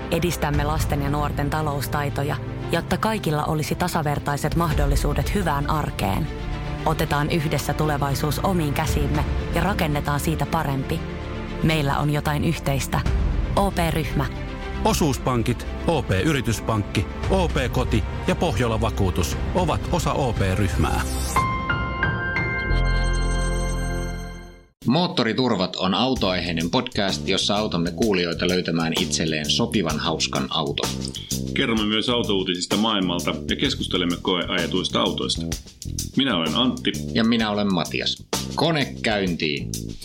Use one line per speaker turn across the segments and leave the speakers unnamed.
Edistämme lasten ja nuorten taloustaitoja, jotta kaikilla olisi tasavertaiset mahdollisuudet hyvään arkeen. Otetaan yhdessä tulevaisuus omiin käsiimme ja rakennetaan siitä parempi. Meillä on jotain yhteistä. OP-ryhmä.
Osuuspankit, OP-yrityspankki, OP-koti ja Pohjola-vakuutus ovat osa OP-ryhmää.
Moottoriturvat on autoaiheinen podcast, jossa autamme kuulijoita löytämään itselleen sopivan hauskan auton.
Kerromme myös autouutisista maailmalta ja keskustelemme koeajetuista autoista. Minä olen Antti.
Ja minä olen Matias. Kone käyntiin!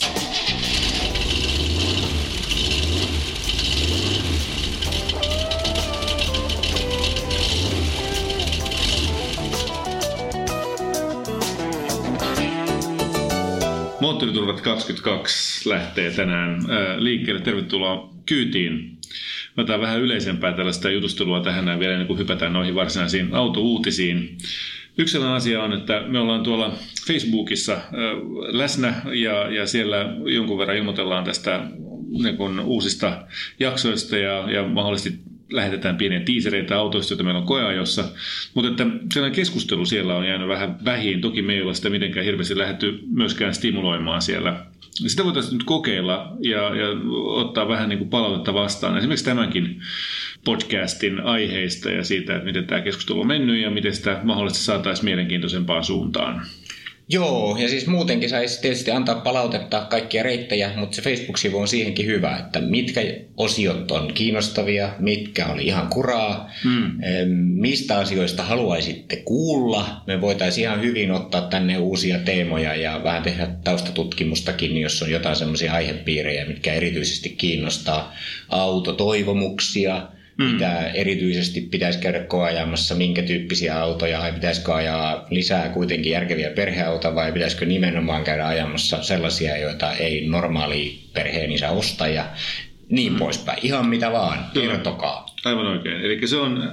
Moottoriturvat 22 lähtee tänään liikkeelle. Tervetuloa kyytiin. Mä otan vähän yleisempää tällaista jutustelua tähän vielä ennen kuin hypätään noihin varsinaisiin autouutisiin. Yksi sellainen asia on, että me ollaan tuolla Facebookissa läsnä ja siellä jonkun verran ilmoitellaan tästä niin kuin uusista jaksoista ja mahdollisesti lähetetään pieniä tiisereitä autoista, joita meillä on koeajossa. Mutta että sellainen keskustelu siellä on jäänyt vähän vähiin. Toki me ei ole sitä mitenkään hirveästi lähdetty myöskään stimuloimaan siellä. Sitä voitaisiin nyt kokeilla ja ottaa vähän niin kuin palautetta vastaan. Esimerkiksi tämänkin podcastin aiheista ja siitä, että miten tämä keskustelu on mennyt ja miten sitä mahdollisesti saataisiin mielenkiintoisempaan suuntaan.
Joo, ja siis muutenkin saisi tietysti antaa palautetta kaikkia reittejä, mutta se Facebook-sivu on siihenkin hyvä, että mitkä osiot on kiinnostavia, mitkä oli ihan kuraa, mistä asioista haluaisitte kuulla. Me voitaisiin ihan hyvin ottaa tänne uusia teemoja ja vähän tehdä taustatutkimustakin, jos on jotain semmoisia aihepiirejä, mitkä erityisesti kiinnostaa. Autotoivomuksia. Mitä erityisesti pitäisi käydä koeajamassa, minkä tyyppisiä autoja, vai pitäisikö ajaa lisää kuitenkin järkeviä perheautoja, vai pitäisikö nimenomaan käydä ajamassa sellaisia, joita ei normaali perheenisä osta ja niin poispäin. Ihan mitä vaan, kertokaa.
Aivan oikein. Eli se on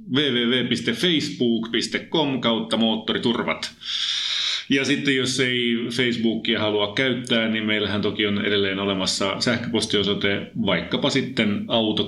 www.facebook.com/moottoriturvat. Ja sitten jos ei Facebookia halua käyttää, niin meillähän toki on edelleen olemassa sähköpostiosoite vaikkapa sitten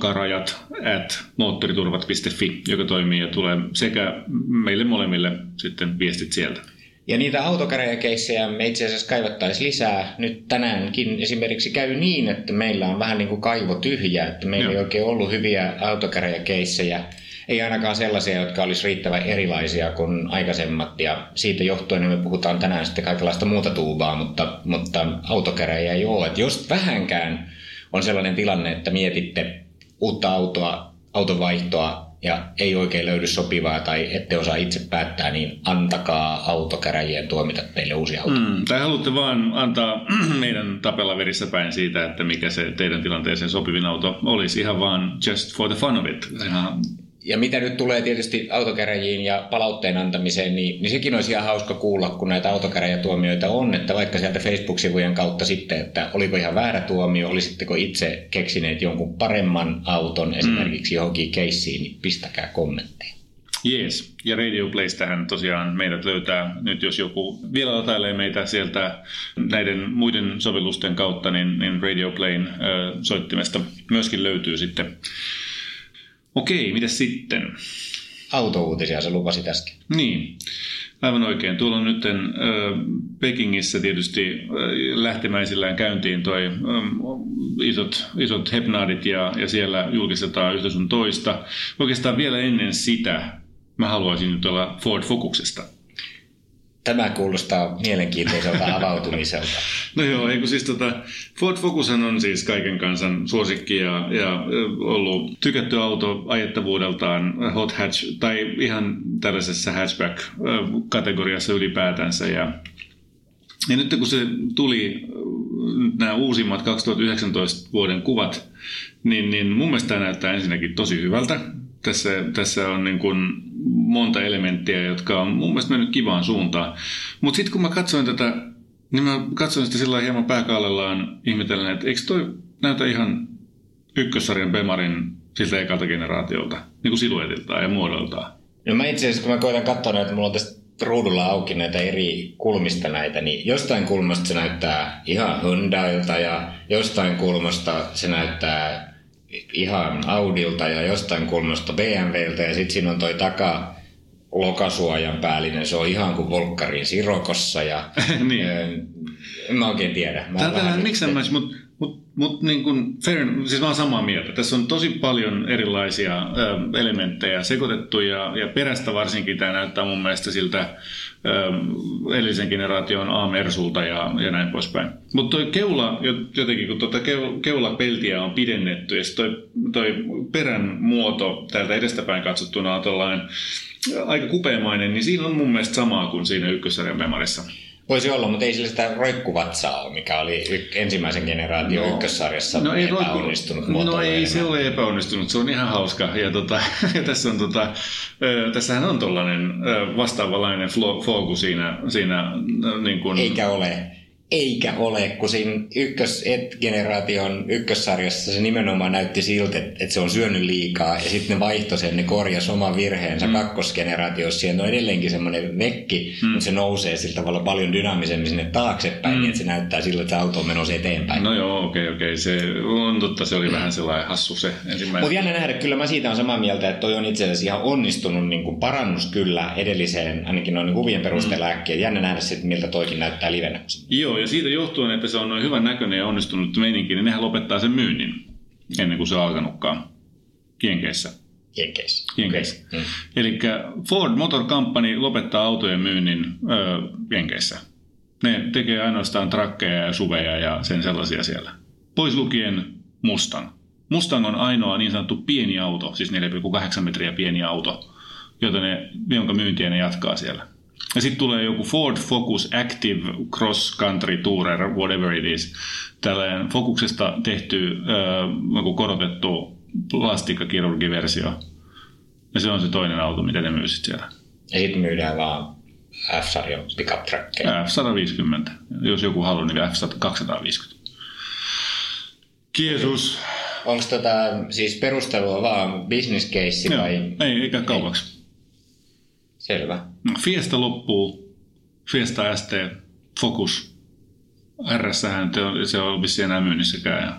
autokarajat@moottoriturvat.fi, joka toimii ja tulee sekä meille molemmille sitten viestit sieltä.
Ja niitä autokäräjäkeissejä me itse asiassa kaivattaisiin lisää. Nyt tänäänkin esimerkiksi käy niin, että meillä on vähän niin kuin kaivo tyhjä, että meillä ei oikein ollut hyviä autokäräjäkeissejä. Ei ainakaan sellaisia, jotka olisi riittävän erilaisia kuin aikaisemmat, ja siitä johtuen me puhutaan tänään sitten kaikenlaista muuta tuubaa, mutta autokäräjiä ei ole. Et jos vähänkään on sellainen tilanne, että mietitte uutta autonvaihtoa ja ei oikein löydy sopivaa tai ette osaa itse päättää, niin antakaa autokäräjien tuomita teille uusia autoja.
Tai haluatte vaan antaa meidän tapella verissä päin siitä, että mikä se teidän tilanteeseen sopivin auto olisi, ihan vaan just for the fun of it.
Ja mitä nyt tulee tietysti autokäräjiin ja palautteen antamiseen, niin sekin olisi ihan hauska kuulla, kun näitä autokäräjätuomioita on, että vaikka sieltä Facebook-sivujen kautta sitten, että oliko ihan väärä tuomio, olisitteko itse keksineet jonkun paremman auton esimerkiksi johonkin keissiin, niin pistäkää kommentteja.
Jees, ja Radio Playstähän tosiaan meidät löytää nyt, jos joku vielä latailee meitä sieltä näiden muiden sovellusten kautta, niin Radio Playn soittimesta myöskin löytyy sitten. Okei, mitäs sitten?
Autouutisia sä lupasit äsken.
Niin, aivan oikein. Tuolla on nyt Pekingissä tietysti lähtemäisillään käyntiin toi isot hepnaadit ja siellä julkistetaan yhtä sun toista. Oikeastaan vielä ennen sitä mä haluaisin nyt olla Ford Focuksesta.
Tämä kuulostaa mielenkiintoiselta avautumiselta.
No joo, eikö siis Ford Focushan on siis kaiken kansan suosikki ja ollut tykätty auto ajettavuudeltaan hot hatch tai ihan tällaisessa hatchback-kategoriassa ylipäätänsä. Ja nyt kun se tuli nämä uusimmat 2019 vuoden kuvat, niin mun mielestä tämä näyttää ensinnäkin tosi hyvältä. Tässä on niin kuin monta elementtiä, jotka on mun mielestä mennyt kivaan suuntaan. Mutta sitten kun mä katsoin tätä, niin mä katsoin sitä sillä hieman pääkallellaan ihmetellen, että eikö toi näytä ihan ykkössarjan Bemarin siltä ekalta generaatiolta, niin kuin siluetiltaan ja muodoltaan.
No mä itse asiassa, kun mä koitan katsoa näitä, mulla on tästä ruudulla auki näitä eri kulmista näitä, niin jostain kulmasta se näyttää ihan Hyundailta ja jostain kulmasta se näyttää ihan Audilta ja jostain kulmasta BMWltä ja sitten siinä on toi lokasuojan päällinen, se on ihan kuin Volkkarin sirokossa ja
niin.
Mä oikein tiedä.
Mutta niin kuin siis mä oon samaa mieltä. Tässä on tosi paljon erilaisia elementtejä sekoitettu ja perästä varsinkin tämä näyttää mun mielestä siltä edellisen generaation A-Mersulta ja näin poispäin. Mutta toi keula, jotenkin kun tuota keulapeltiä on pidennetty ja toi perän muoto täältä edestäpäin katsottuna on tollainen aika kupeamainen, niin siinä on mun mielestä samaa kuin siinä ykkössarjan Bemarissa.
Voisi olla, mutta ei sillä sitä roikkuvatsaa ole, mikä oli ensimmäisen generaation ykkössarjassa epäonnistunut muotoilu.
No ei se ole epäonnistunut, se on ihan hauska. Ja tässä on tässähän on tollainen vastaavanlainen foku siinä niin kuin...
Eikä ole, kun siinä generaation ykkössarjassa se nimenomaan näytti siltä, että se on syönyt liikaa ja sitten ne vaihtoi sen, ne korjasi oman virheensä kakkosgeneraatiossa. Siinä on edelleenkin semmoinen vekki, mutta se nousee sillä tavalla paljon dynaamisemmin sinne taaksepäin, niin että se näyttää siltä, että se auto on menossa eteenpäin.
No joo, okei. Se on totta, se oli vähän sellainen hassu se ensimmäinen.
Mutta jännä nähdä, kyllä mä siitä on samaa mieltä, että toi on itse asiassa ihan onnistunut niin kuin parannus kyllä edelliseen, ainakin noin kuvien perusteella äkkiä. Jännä nähdä sitten, miltä toikin näyttää livenä.
Joo, ja siitä johtuen, että se on noin hyvän näköinen ja onnistunut meininki, niin nehän lopettaa sen myynnin ennen kuin se on alkanutkaan Jenkeissä.
Okay.
Eli Ford Motor Company lopettaa autojen myynnin Jenkeissä. Ne tekee ainoastaan trakkeja ja suveja ja sen sellaisia siellä. Pois lukien Mustang. Mustang on ainoa niin sanottu pieni auto, siis 4,8 metriä pieni auto, jonka myyntiä ne jatkaa siellä. Ja sitten tulee joku Ford Focus Active Cross Country Tourer, whatever it is. Tällainen Focuksesta tehty korotettu plastiikkakirurgiversio. Ja se on se toinen auto, mitä ne myy sitten siellä.
Ja sitten myydään vaan F-sarjan pickup truckeja.
F-150. Jos joku haluaa, niin F-250. Kiitos.
Onko siis perustelua vaan business case vai?
Eikä kaupaksi.
Selvä.
Fiesta loppuu. Fiesta ST, Focus. RS-hän se on vissiin enää myynnissäkään.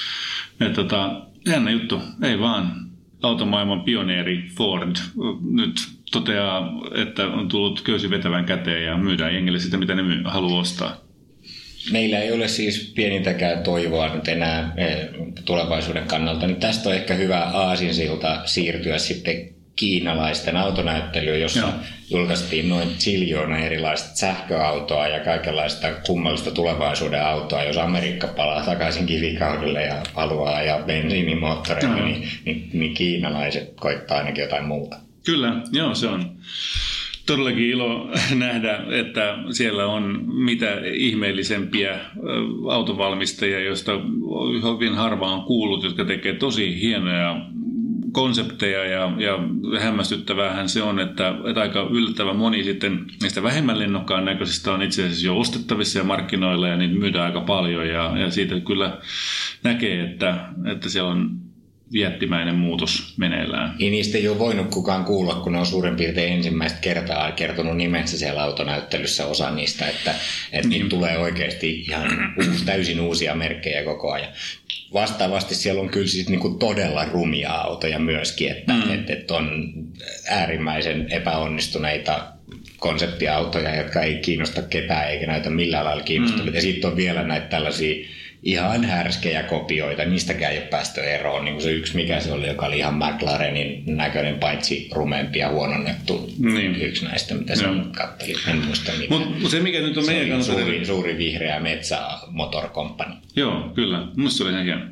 Jännä juttu. Ei vaan. Automaailman pioneeri Ford nyt toteaa, että on tullut köysi vetävän käteen ja myydään jengille sitä, mitä ne haluaa ostaa.
Meillä ei ole siis pienintäkään toivoa nyt enää tulevaisuuden kannalta. Nyt tästä on ehkä hyvä aasinsilta siirtyä sitten kiinalaisten autonäyttelyyn, jossa julkaistiin noin ziljoona erilaista sähköautoa ja kaikenlaista kummallista tulevaisuuden autoa. Jos Amerikka palaa takaisin kivikaudelle ja haluaa ajaa bensiinimoottoreilla, niin kiinalaiset koittaa ainakin jotain muuta.
Kyllä, joo, se on todellakin ilo nähdä, että siellä on mitä ihmeellisempiä autovalmistajia, joista hyvin harva on kuullut, jotka tekee tosi hienoja konsepteja ja hämmästyttäväähän se on, että aika yllättävän moni sitten niistä vähemmän lennokkaan näköisistä on itse asiassa jo ostettavissa ja markkinoilla ja niitä myydään aika paljon ja siitä kyllä näkee, että siellä on jättimäinen muutos meneillään.
Niin niistä ei ole voinut kukaan kuulla, kun ne on suurin piirtein ensimmäistä kertaa kertonut nimensä siellä autonäyttelyssä osa niistä, että niin tulee oikeasti ihan täysin uusia merkkejä koko ajan. Vastaavasti siellä on kyllä siis niin kuin todella rumia autoja myöskin, että on äärimmäisen epäonnistuneita konseptiautoja, jotka ei kiinnosta ketään eikä näytä millään lailla kiinnostavia. Ja sitten on vielä näitä tällaisia ihan härskejä kopioita, niistäkään ei ole päästy eroon. Niin kuin se yksi, mikä se oli, joka oli ihan McLarenin näköinen, paitsi rumempi ja huononnettu. Yksi näistä, mitä se on kattelin. En muista mitään.
Mutta se, mikä nyt on meidän kannalta...
Suuri vihreä metsä Motor Company.
Joo, kyllä. Musta se oli ihan hieno.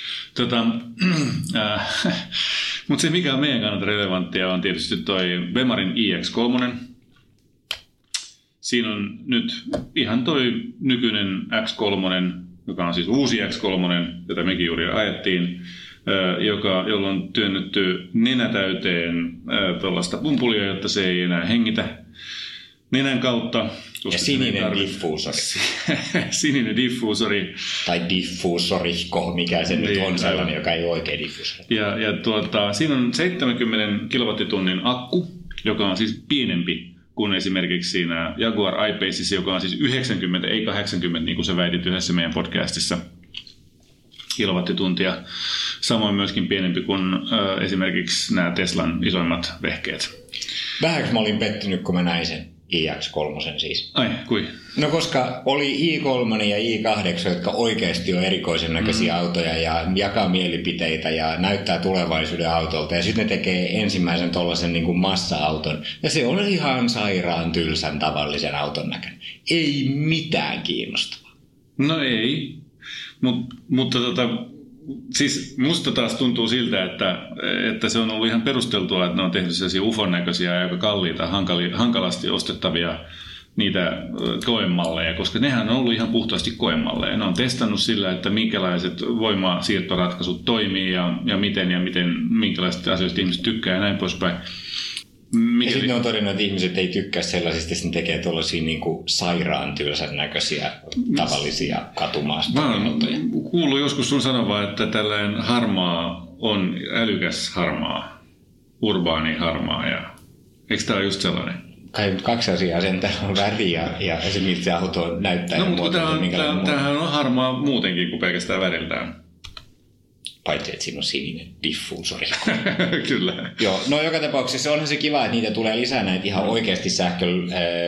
Mutta se, mikä on meidän kannalta relevanttia, on tietysti toi Bemarin iX3. Siinä on nyt ihan toi nykyinen X3, joka on siis uusi X3, jota mekin juuri ajettiin, jolla on työnnetty nenä täyteen tuollaista pumpulia, jotta se ei enää hengitä nenän kautta.
Ja sininen diffuusori.
Sininen diffuusori.
Tai diffuusorihko, mikä se nyt on sellainen, joka ei ole oikein diffuusori.
Siinä on 70 kilowattitunnin akku, joka on siis pienempi kuin esimerkiksi siinä Jaguar I-Paceissa, joka on siis 90, ei 80, niin kuin sä väitit yhdessä meidän podcastissa. kilowattituntia. Samoin myöskin pienempi kuin esimerkiksi nämä Teslan isoimmat vehkeet.
Vähänkö mä olin pettynyt, kun mä näin sen iX3 siis?
Ai, kui?
No koska oli i3 ja i8, jotka oikeasti on erikoisen näköisiä autoja ja jakaa mielipiteitä ja näyttää tulevaisuuden autolta. Ja sitten ne tekee ensimmäisen tollaisen niin kuin massa-auton. Ja se on ihan sairaan tylsän tavallisen auton näköinen. Ei mitään kiinnostavaa.
No ei, mutta siis musta taas tuntuu siltä, että se on ollut ihan perusteltua, että ne on tehnyt sellaisia ufon näköisiä ja aika kalliita, hankalasti ostettavia niitä koemalleja, koska nehän on ollut ihan puhtaasti koemalleja. Ne on testannut sillä, että minkälaiset voimasiirtoratkaisut toimii ja miten minkälaisista asioista ihmiset tykkää ja näin poispäin.
Ja sitten ne on todennut, että ihmiset ei tykkää sellaisista, että ne tekee tuollaisia niinku sairaan tylsän näköisiä tavallisia katumaasta-autoja.
Mä oon kuullut joskus sun sanovan, että tällainen harmaa on älykäs harmaa, urbaani harmaa. Eikö tämä ole just sellainen?
Kai kaksi asiaa, sen on väri ja se miltä se auto näyttää.
No mutta tämähän on harmaa muutenkin kuin pelkästään väriltään.
Paitsi, että siinä on sininen diffuusori.
Kyllä.
Joo, no joka tapauksessa onhan se kiva, että niitä tulee lisää näitä ihan oikeasti sähköllä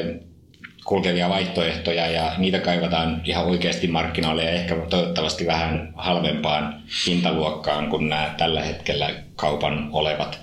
kulkevia vaihtoehtoja ja niitä kaivataan ihan oikeasti markkinoille ja ehkä toivottavasti vähän halvempaan hintaluokkaan kuin nämä tällä hetkellä kaupan olevat.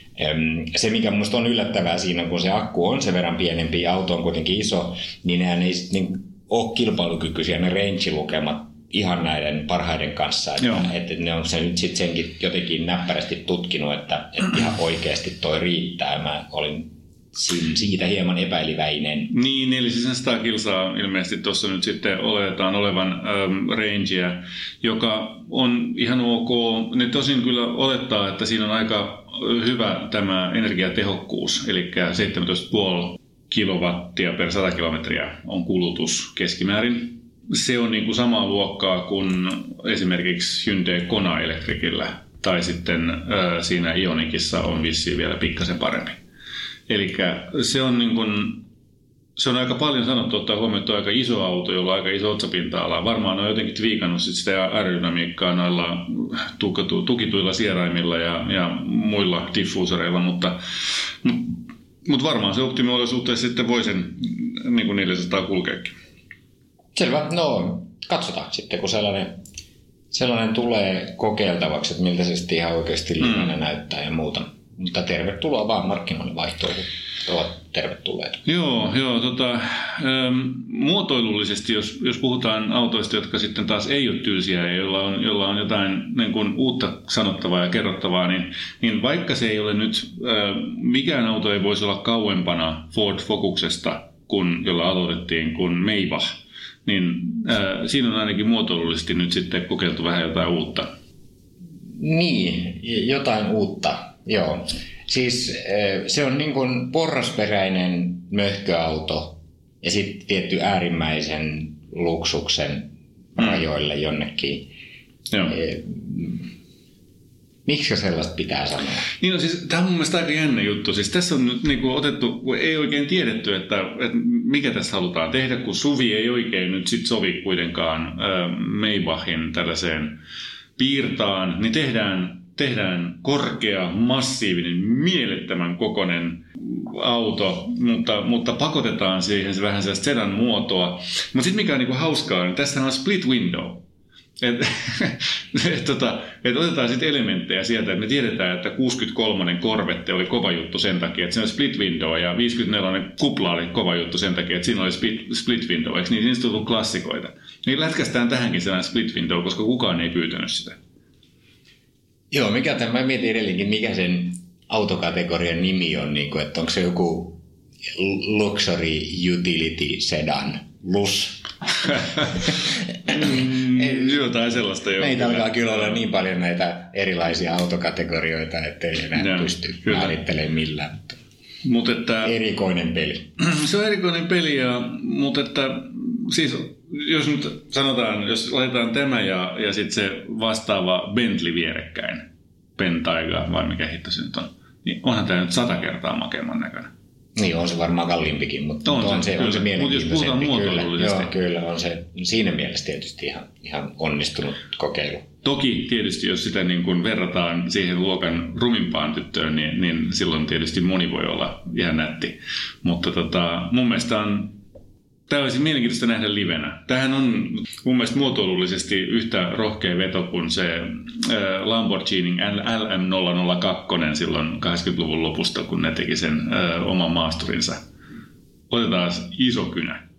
Se, mikä minusta on yllättävää siinä, kun se akku on sen verran pienempi ja auto on kuitenkin iso, niin nehän ei ole kilpailukykyisiä ne range-lukemat ihan näiden parhaiden kanssa. Että ne on se nyt sitten senkin jotenkin näppärästi tutkinut, että ihan oikeasti toi riittää. Mä olin siitä hieman epäiliväinen.
Niin, 400 kilsaa ilmeisesti tuossa nyt sitten oletetaan olevan rangea, joka on ihan ok. Ne tosin kyllä olettaa, että siinä on aika hyvä tämä energiatehokkuus, eli 17,5 kilowattia per 100 kilometriä on kulutus keskimäärin. Se on niin kuin samaa luokkaa kuin esimerkiksi Hyundai Kona Electricillä, tai sitten siinä Ionicissa on vissiin vielä pikkasen parempi. Eli se on, niin kuin, se on aika paljon sanottu, ottaa huomioon, että on aika iso auto, jolla on aika iso otsapinta-ala. Varmaan on jotenkin twiikannut sitä aerodynamiikkaa noilla tukituilla sieraimilla ja muilla diffuusoreilla, mutta varmaan se optimiolosuhteessa sitten voi sen niin kuin 400 kulkeekin.
Selvä. No, katsotaan sitten, kun sellainen tulee kokeiltavaksi, että miltä se sitten ihan oikeasti livenä näyttää ja muuta. Mutta tervetuloa vaan markkinoille vaihtoehdot. Ovat tervetulleet.
Joo, muotoilullisesti, jos puhutaan autoista, jotka sitten taas ei ole tylsiä ja jolla on jotain niin kuin uutta sanottavaa ja kerrottavaa, niin vaikka se ei ole nyt, mikään auto ei voisi olla kauempana Ford Focuksesta, jolla aloitettiin, kuin Maybach, niin siinä on ainakin muotoilullisesti nyt sitten kokeiltu vähän jotain uutta.
Niin, jotain uutta, joo. Siis se on niin kuin porrasperäinen möhköauto ja sitten tietty äärimmäisen luksuksen rajoille jonnekin.
Joo.
Miksi sellaista pitää sanoa?
Niin no, siis, tämä on mun mielestä aika jännä juttu. Siis tässä on nyt niin kuin otettu, kun ei oikein tiedetty, että mikä tässä halutaan tehdä, kun SUVi ei oikein nyt sit sovi kuitenkaan Maybachin tällaiseen piirtaan, niin tehdään korkea, massiivinen, mielettömän kokoinen auto, mutta pakotetaan siihen vähän sellaista sedan muotoa. Mutta sitten mikä on niinku hauskaa, niin tässä on split window. Että otetaan sitten elementtejä sieltä, että me tiedetään, että 63 Corvette oli kova juttu sen takia, että siinä oli split window, ja 54 Cupra oli kova juttu sen takia, että siinä oli split window. Eikö niin? Siinä tullut klassikoita. Niin lätkästään tähänkin sellainen split window, koska kukaan ei pyytänyt sitä.
Joo, mä mietin edelleenkin, mikä sen autokategorian nimi on, niin kuin, että onko se joku luxury utility sedan, LUS.
Jotain sellaista jo.
Meitä alkaa kyllä olla niin paljon näitä erilaisia autokategorioita, ettei enää pysty määrittelemään millään. Erikoinen peli.
Se on erikoinen peli, mutta siis jos nyt sanotaan, jos laitetaan tämä ja sitten se vastaava Bentley vierekkäin, Bentayga vai mikä hitto se nyt on, niin onhan tämä nyt 100 kertaa makeamman näköinen.
Niin, on se varmaan kalliimpikin, mutta on se mielenkiintoisempi.
Mutta jos puhutaan muotoilullisesti.
Kyllä, on se siinä mielessä tietysti ihan onnistunut kokeilu.
Toki tietysti, jos sitä niin kuin verrataan siihen luokan rumimpaan tyttöön, niin silloin tietysti moni voi olla ihan nätti. Mutta mun mielestä tämä olisi mielenkiintoista nähdä livenä. Tämähän on mun mielestä muotoilullisesti yhtä rohkea veto kuin se Lamborghini LM002 silloin 80-luvun lopusta, kun ne teki sen oman maasturinsa. Otetaan iso kynä.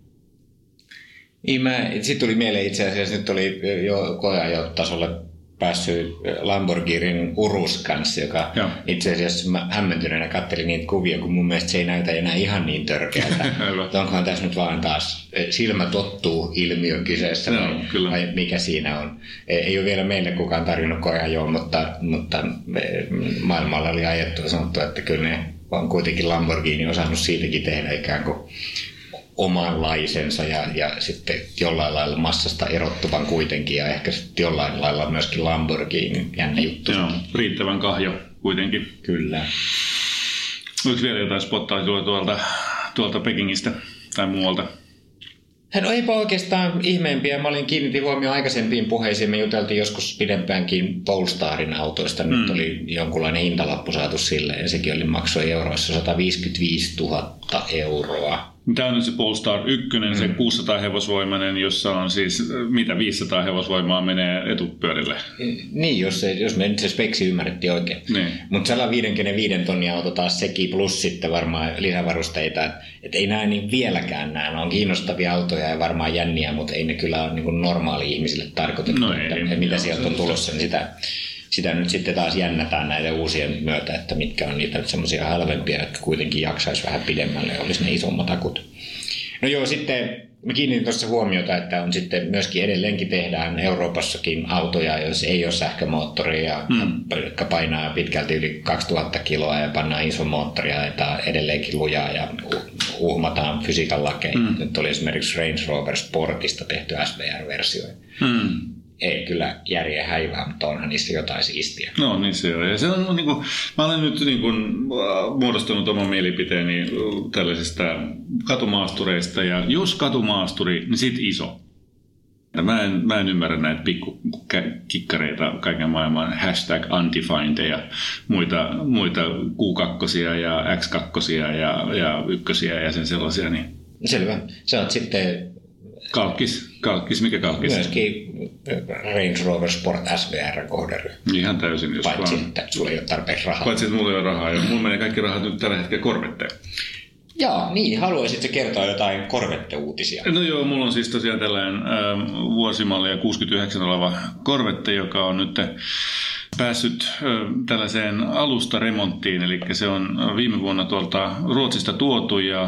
Sitten tuli mieleen itse asiassa, nyt oli jo koeajotasolle päässyt Lamborghinin Urus kanssa, joka itse asiassa mä hämmentyneenä katselin niitä kuvia, kun mun mielestä se ei näytä enää ihan niin törkeältä. Onkohan tässä nyt vaan taas silmä tottuu -ilmiö kyseessä vai mikä siinä on. Ei ole vielä meille kukaan tarjonnut koeajoa, mutta maailmalla oli ajettu ja sanottu, että kyllä ne on kuitenkin Lamborghini osannut siitäkin tehdä ikään kuin omanlaisensa ja sitten jollain lailla massasta erottuvan kuitenkin ja ehkä sitten jollain lailla myöskin Lamborghini, jännä juttu.
Joo, riittävän kahjo kuitenkin.
Kyllä.
Oliko vielä jotain spottailua tuolta Pekingistä tai muualta?
No eipä oikeastaan ihmeempiä. Mä kiinnitin huomioon aikaisempiin puheisiin. Me juteltiin joskus pidempäänkin Polestarin autoista. Nyt oli jonkunlainen hintalappu saatu sille ja sekin oli maksoi euroissa 155 000 euroa.
Tämä on nyt se Polestar 1, se 600 hevosvoimainen, jossa on siis, 500 hevosvoimaa menee etupyörille.
Niin, jos me nyt se speksi ymmärrettiin oikein. Niin. Mutta 155 tonnia auto taas sekin, plus sitten varmaan lisävarusteita. Että ei nämä niin vieläkään nämä on kiinnostavia autoja ja varmaan jänniä, mutta ei ne kyllä ole niin normaali-ihmisille tarkoitettu. No ei, mitä sieltä on tulossa, niin sitä nyt sitten taas jännätään näiden uusien myötä, että mitkä on niitä semmoisia halvempia, jotka kuitenkin jaksaisi vähän pidemmälle ja olisi ne isommat akut. No joo, sitten mä kiinnitin tuossa huomiota, että on sitten myöskin edelleenkin tehdään Euroopassakin autoja, jos ei ole sähkömoottoria, jotka painaa pitkälti yli 2000 kiloa ja pannaan iso moottori ja ajetaan edelleenkin lujaa ja uhmataan fysiikan lakeja. Nyt oli esimerkiksi Range Rover Sportista tehty SVR-versio. Ei kyllä järjen häivää, mutta onhan niissä jotain siistiä.
No niin se on. Ja se on niin kuin, mä olen nyt niin kuin muodostanut oman mielipiteeni tällaisista katumaastureista. Ja jos katumaasturi, niin sit iso. Ja mä en ymmärrä näitä pikkukikkareita kaiken maailman #undefined ja muita Q2 ja X2 ja ykkösiä ja sen sellaisia. Niin.
Selvä. Sä oot sitten...
Kalkkis, mikä kalkkis?
Myöskin Range Rover Sport SVR kohderyhmä.
Ihan täysin, jos
paitsi, että sulla ei ole tarpeeksi rahaa.
Paitsi, että mulla ei ole rahaa. Ja mulla menee kaikki rahat nyt tällä hetkellä Corvetteen.
Joo, niin. Haluaisitko kertoa jotain Corvette-uutisia?
No joo, mulla on siis tosiaan tällainen vuosimallia 69 oleva Corvette, joka on nyt päässyt tällaiseen alustaremonttiin, eli se on viime vuonna tuolta Ruotsista tuotu ja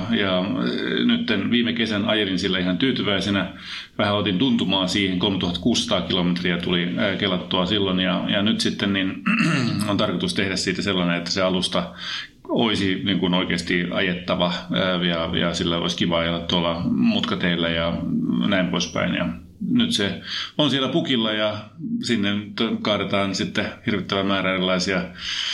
nyt viime kesän ajelin sillä ihan tyytyväisenä. Vähän otin tuntumaan siihen, 3600 kilometriä tuli kelattua silloin ja nyt sitten niin on tarkoitus tehdä siitä sellainen, että se alusta olisi niin kuin oikeasti ajettava ja sillä olisi kiva ajella tuolla mutkateillä ja näin poispäin. Ja nyt se on siellä pukilla ja sinne kaadetaan sitten hirvittävä määrä erilaisia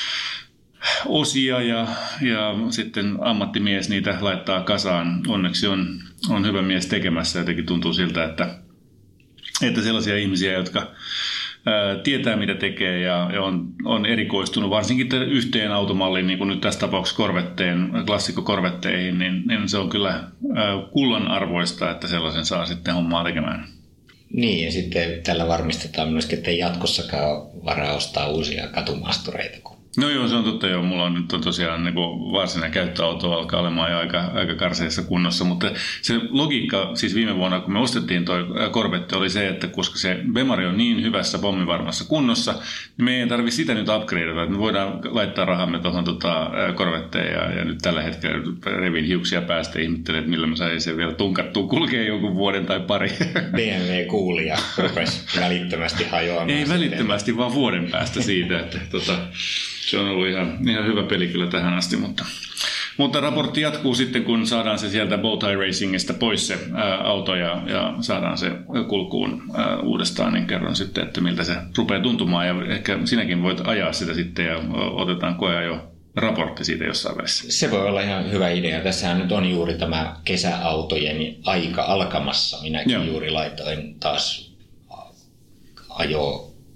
osia ja sitten ammattimies niitä laittaa kasaan. Onneksi on hyvä mies tekemässä. Jotenkin tuntuu siltä, että sellaisia ihmisiä, jotka tietää mitä tekee ja on erikoistunut varsinkin yhteen automalliin, niin kuin nyt tässä tapauksessa Corvetteen, klassikko-Corvetteihin, niin se on kyllä kullan arvoista, että sellaisen saa sitten hommaa tekemään.
Niin, ja sitten tällä varmistetaan myöskin, että ei jatkossakaan ole varaa ostaa uusia katumaastureita.
No joo, se on totta joo. Mulla on nyt tosiaan niin varsinainen käyttöauto alkaa olemaan jo aika karseissa kunnossa, mutta se logiikka siis viime vuonna, kun me ostettiin toi Corvette, oli se, että koska se Bemari on niin hyvässä pommivarmassa kunnossa, niin me ei tarvitse sitä nyt upgradeata, että me voidaan laittaa rahamme tuohon Corvetteen ja nyt tällä hetkellä revin hiuksia päästä ihmettelee, että millä mä saisin sen vielä tunkattua kulkea jonkun vuoden tai pari.
BMW-kuulija rupesi välittömästi hajoamaan.
Ei välittömästi, vaan vuoden päästä siitä, että se on ollut ihan hyvä peli kyllä tähän asti, mutta raportti jatkuu sitten, kun saadaan se sieltä Bowtie Racingista pois se auto ja saadaan se kulkuun uudestaan, niin kerron sitten, että miltä se rupeaa tuntumaan ja ehkä sinäkin voit ajaa sitä sitten ja otetaan koeajo raportti siitä jossain välissä.
Se voi olla ihan hyvä idea. Tässähän nyt on juuri tämä kesäautojen aika alkamassa. Minäkin juuri laitoin taas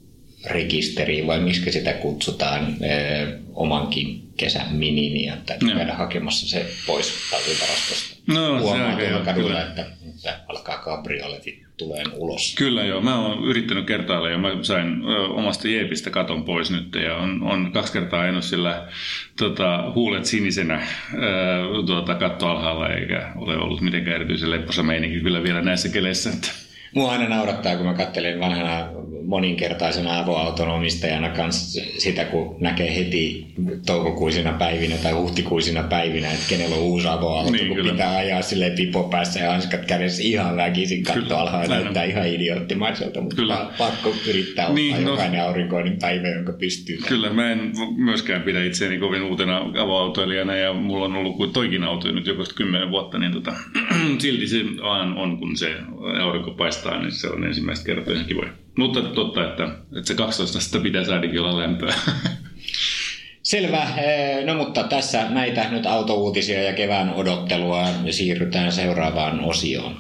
rekisteriin, vai miksi sitä kutsutaan, omankin kesän miniin, ja täytyy käydä hakemassa se pois talvivarastosta.
No,
huomaa tuolla kadulla, että alkaa kabrioletit tuleen ulos.
Kyllä joo, mä oon yrittänyt kertailla ja mä sain omasta jeepistä katon pois nyt ja on 2 kertaa ajanut sillä huulet sinisenä katto alhaalla, eikä ole ollut mitenkään erityisen lepposa meininki kyllä vielä näissä keleissä.
Mua aina naurattaa, kun mä katselen vanhana moninkertaisena avoauton omistajana kanssa sitä, kun näkee heti toukokuisina päivinä tai huhtikuisina päivinä, että kenellä on uusi avoauto, niin, kun kyllä pitää ajaa silleen pipo päässä ja hanskat kädessä ihan väkisin katto alhaalla, näyttää ihan idioottimaiselta, mutta pakko yrittää ottaa jokainen aurinkoinen päivä, jonka pystyy.
Kyllä, mä en myöskään pidä itseäni kovin uutena avoautoilijana ja mulla on ollut kuin toikin auto nyt joko 10 vuotta, niin silti se vaan on, kun se aurinko paistaa, niin se on ensimmäistä kertaa ihan kivoja. Mutta totta, että se 12 sitä pitäisi ainakin olla lämpöä.
Selvä. No mutta tässä näitä nyt autouutisia ja kevään odottelua ja siirrytään seuraavaan osioon.